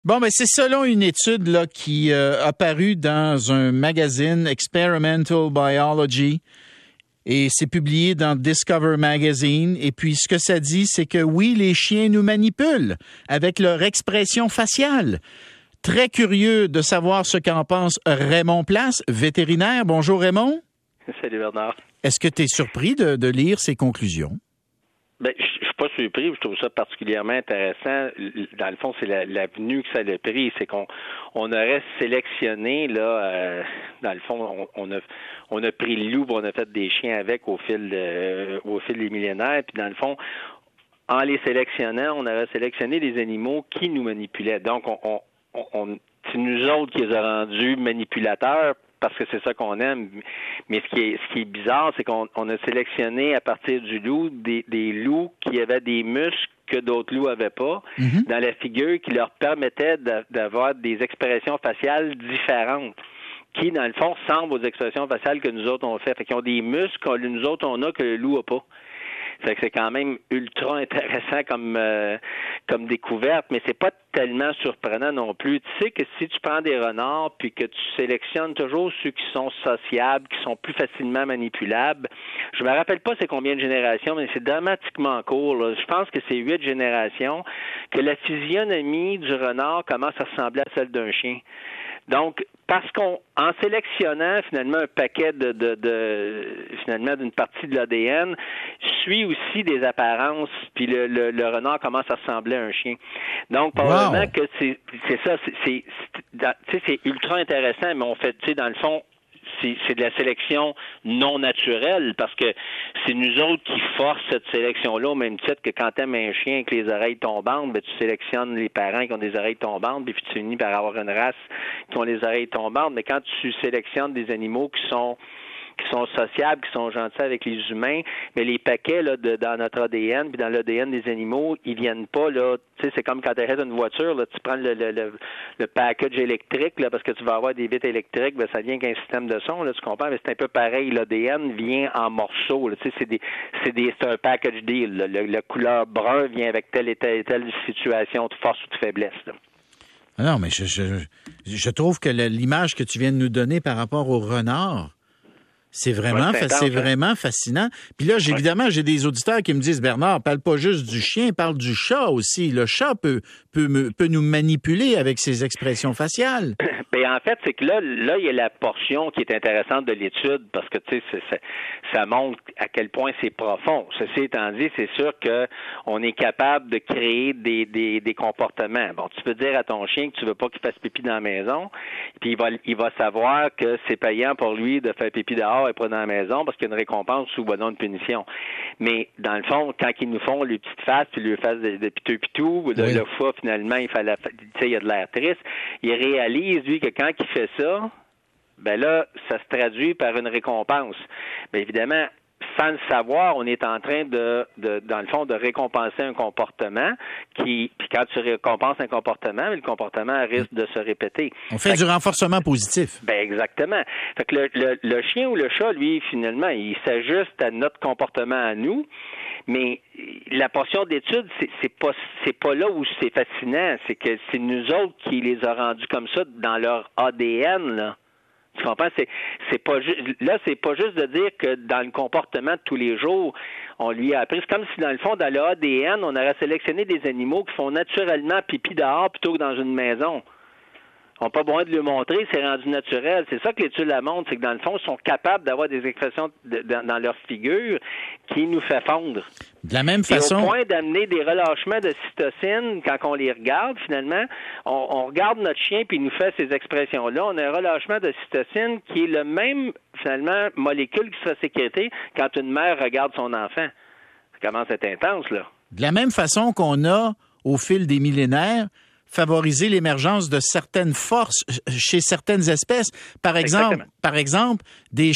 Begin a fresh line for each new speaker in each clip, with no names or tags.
Bon, ben c'est selon une étude là qui a paru dans un magazine Experimental Biology et c'est publié dans Discover Magazine. Et puis, ce que ça dit, c'est que oui, les chiens nous manipulent avec leur expression faciale. Très curieux de savoir ce qu'en pense Raymond Place, vétérinaire. Bonjour Raymond.
Salut Bernard.
Est-ce que tu es surpris de lire ces conclusions?
Ben, je suis pas surpris, je trouve ça particulièrement intéressant. Dans le fond, c'est l'avenue que ça a pris, c'est qu'on aurait sélectionné là, dans le fond, on a pris le loup, on a fait des chiens avec au fil des millénaires, puis dans le fond, en les sélectionnant, on aurait sélectionné des animaux qui nous manipulaient. Donc, c'est nous autres qui les a rendus manipulateurs. Parce que c'est ça qu'on aime. Mais ce qui est bizarre, c'est qu'on a sélectionné à partir du loup des loups qui avaient des muscles que d'autres loups n'avaient pas dans la figure qui leur permettaient d'avoir des expressions faciales différentes qui, dans le fond, ressemblent aux expressions faciales que nous autres on fait. Fait qu'ils ont des muscles que nous autres on a que le loup n'a pas. Fait que c'est quand même ultra intéressant comme découverte, mais c'est pas tellement surprenant non plus. Tu sais que si tu prends des renards puis que tu sélectionnes toujours ceux qui sont sociables, qui sont plus facilement manipulables, je me rappelle pas c'est combien de générations, mais c'est dramatiquement court, là. Je pense que c'est 8 générations que la physionomie du renard commence à ressembler à celle d'un chien. Donc, parce qu'en sélectionnant finalement un paquet finalement d'une partie de l'ADN, suit aussi des apparences, puis le renard commence à ressembler à un chien. Donc, probablement que c'est ça, c'est ultra intéressant, mais on fait, tu sais, dans le fond, c'est de la sélection non naturelle parce que c'est nous autres qui forcent cette sélection-là au même titre que quand tu aimes un chien avec les oreilles tombantes, ben tu sélectionnes les parents qui ont des oreilles tombantes puis tu finis par avoir une race qui ont les oreilles tombantes. Mais quand tu sélectionnes des animaux qui sont sociables, qui sont gentils avec les humains, mais les paquets là dans notre ADN puis dans l'ADN des animaux, ils viennent pas là. Tu sais, c'est comme quand tu achètes une voiture, là, tu prends le package électrique là parce que tu vas avoir des vitres électriques, ben ça vient qu'un système de son là, tu comprends, mais c'est un peu pareil. L'ADN vient en morceaux. Là, tu sais, c'est un package deal. Là. Le couleur brun vient avec telle et telle situation de force ou de faiblesse. Là.
Non, mais je trouve que l'image que tu viens de nous donner par rapport au renard. C'est vraiment, vraiment fascinant. Puis là, évidemment, j'ai des auditeurs qui me disent, Bernard, parle pas juste du chien, parle du chat aussi. Le chat peut nous manipuler avec ses expressions faciales.
Ben en fait, c'est que là, il y a la portion qui est intéressante de l'étude parce que tu sais, ça montre à quel point c'est profond. Ceci étant dit, c'est sûr que on est capable de créer des comportements. Bon, tu peux dire à ton chien que tu veux pas qu'il fasse pipi dans la maison, puis il va savoir que c'est payant pour lui de faire pipi dehors et pas dans la maison parce qu'il y a une récompense ou non une punition. Mais dans le fond, quand ils nous font les petites faces puis les faces de pitou-pitou, le foie finalement, il y a de l'air triste, il réalise lui que quand il fait ça, ben là, ça se traduit par une récompense. Bien évidemment, sans le savoir, on est en train dans le fond, de récompenser un comportement puis quand tu récompenses un comportement, le comportement risque de se répéter.
On fait du renforcement positif.
Ben exactement. Fait que le chien ou le chat, lui, finalement, il s'ajuste à notre comportement à nous. Mais la portion d'étude, c'est pas là où c'est fascinant, c'est que c'est nous autres qui les a rendus comme ça dans leur ADN, là. Tu comprends? C'est pas juste de dire que dans le comportement de tous les jours, on lui a appris. C'est comme si dans le fond, dans le ADN, on aurait sélectionné des animaux qui font naturellement pipi dehors plutôt que dans une maison. On n'a pas besoin de lui montrer, c'est rendu naturel. C'est ça que l'étude la montre, c'est que dans le fond, ils sont capables d'avoir des expressions dans leur figure qui nous fait fondre.
De la même façon.
Et au point d'amener des relâchements de cytocine, quand on les regarde, finalement, on regarde notre chien puis il nous fait ces expressions-là. On a un relâchement de cytocine qui est le même, finalement, molécule qui se fait sécréter quand une mère regarde son enfant. Ça commence à être intense, là.
De la même façon qu'on a, au fil des millénaires, favoriser l'émergence de certaines forces chez certaines espèces. Par exemple, des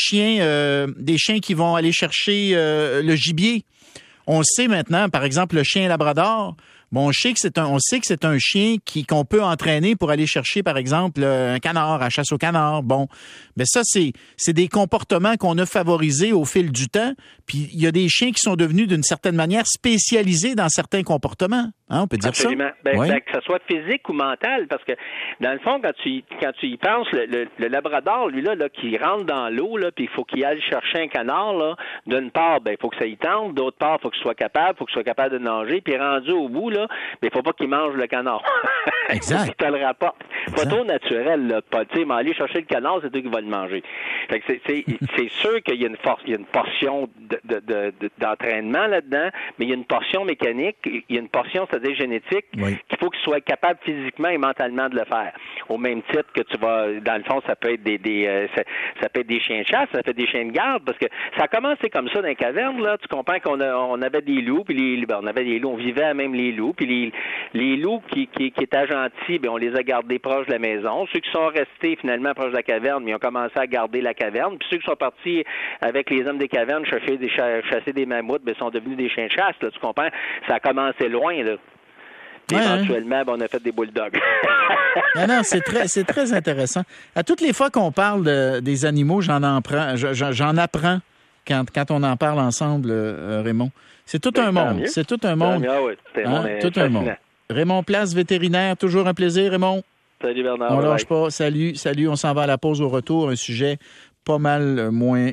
chiens qui vont aller chercher le gibier. On sait maintenant, par exemple, le chien labrador. Bon, on sait que c'est un chien qu'on peut entraîner pour aller chercher, par exemple, un canard, à chasse au canard. Bon, mais ça, c'est des comportements qu'on a favorisés au fil du temps. Puis il y a des chiens qui sont devenus d'une certaine manière spécialisés dans certains comportements. Hein, on peut dire
Absolument.
ça? Oui.
Que ce soit physique ou mental, parce que dans le fond, quand tu y penses, le labrador, lui là, qui rentre dans l'eau, là, puis il faut qu'il aille chercher un canard, là, d'une part, il faut que ça y tente, d'autre part, il faut qu'il soit capable de nager, puis rendu au bout, là, il faut pas qu'il mange le canard.
Exact.
Il le rapporte. Pas trop naturel, là. Tu sais, mais aller chercher le canard, c'est toi qui vas le manger. Fait que c'est sûr qu'il y a une portion d'entraînement là-dedans, mais il y a une portion mécanique, il y a une portion, c'est-à-dire génétique, qu'il faut qu'il soit capable physiquement et mentalement de le faire. Au même titre que tu vas, dans le fond, ça peut être ça peut être des chiens de chasse, ça peut être des chiens de garde, parce que ça a commencé comme ça dans les cavernes, là. Tu comprends on avait des loups, puis on avait des loups, on vivait à même les loups, puis les loups qui étaient gentils, on les a gardés proches de la maison. Ceux qui sont restés finalement proches de la caverne, mais ils ont commencé à garder la caverne. Puis ceux qui sont partis avec les hommes des cavernes chasser des mammouths, sont devenus des chiens de chasse, là. Tu comprends? Ça a commencé loin, là. Puis éventuellement, on a fait des bulldogs.
Non, c'est très intéressant. À toutes les fois qu'on parle des animaux, j'en apprends quand on en parle ensemble, Raymond. C'est tout un monde. C'est tout un monde. Tout un monde. Raymond Place, vétérinaire, toujours un plaisir, Raymond.
Salut Bernard.
On lâche pas. Salut. On s'en va à la pause au retour. Un sujet pas mal moins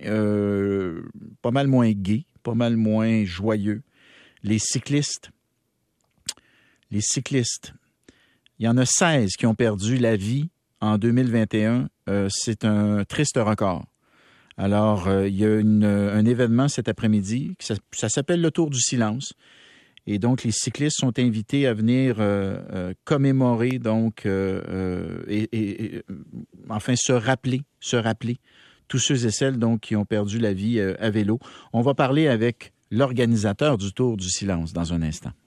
gai, pas mal moins joyeux. Les cyclistes. Il y en a 16 qui ont perdu la vie en 2021. C'est un triste record. Alors, il y a un événement cet après-midi, ça s'appelle le Tour du silence. Et donc, les cyclistes sont invités à venir commémorer, donc, enfin, se rappeler tous ceux et celles donc, qui ont perdu la vie à vélo. On va parler avec l'organisateur du Tour du silence dans un instant.